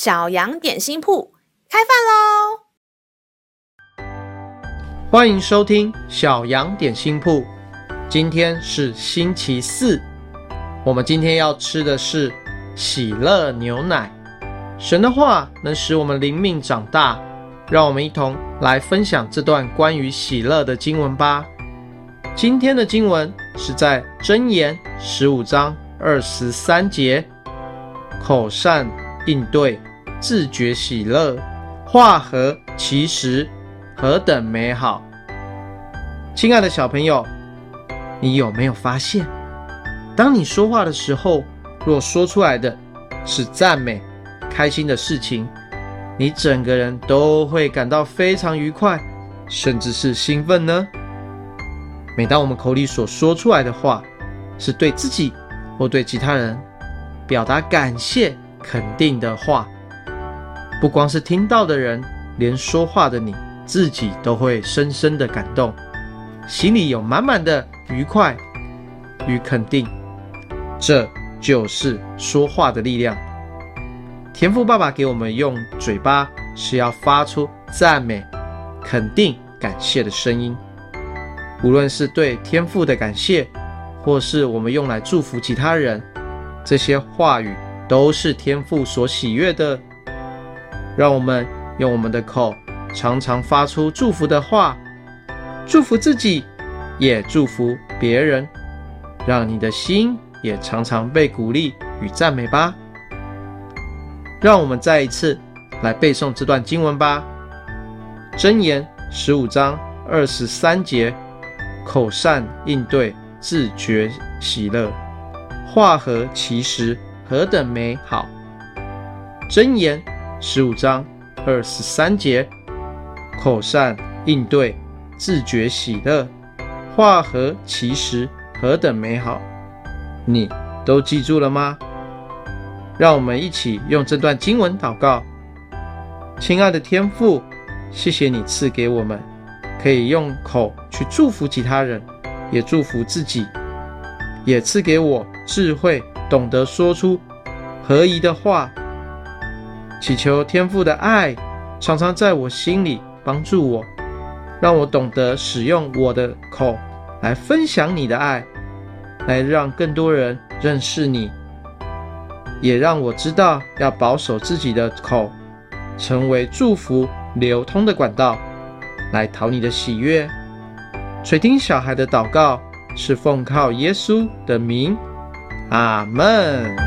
小羊点心铺开饭喽！ 欢迎收听小羊点心铺。今天是星期四，我们今天要吃的是喜乐牛奶。神的话能使我们灵命长大，让我们一同来分享这段关于喜乐的经文吧。今天的经文是在箴言15章23节，口善应对，自觉喜乐，话合其实，何等美好。亲爱的小朋友，你有没有发现，当你说话的时候，若说出来的是赞美、开心的事情，你整个人都会感到非常愉快，甚至是兴奋呢？每当我们口里所说出来的话是对自己或对其他人表达感谢、肯定的话，不光是听到的人，连说话的你自己都会深深的感动，心里有满满的愉快与肯定。这就是说话的力量。天父爸爸给我们用嘴巴，是要发出赞美、肯定、感谢的声音。无论是对天父的感谢，或是我们用来祝福其他人，这些话语都是天父所喜悦的。让我们用我们的口常常发出祝福的话，祝福自己，也祝福别人，让你的心也常常被鼓励与赞美吧。让我们再一次来背诵这段经文吧。箴言15章23节，口善应对，自觉喜乐，话合其实，何等美好。箴言15章23节，口善应对，自觉喜乐，话合其实，何等美好。你都记住了吗？让我们一起用这段经文祷告。亲爱的天父，谢谢你赐给我们可以用口去祝福其他人，也祝福自己，也赐给我智慧，懂得说出合宜的话。祈求天父的爱常常在我心里帮助我，让我懂得使用我的口来分享你的爱，来让更多人认识你，也让我知道要保守自己的口，成为祝福流通的管道，来讨你的喜悦。垂听小孩的祷告，是奉靠耶稣的名，阿们。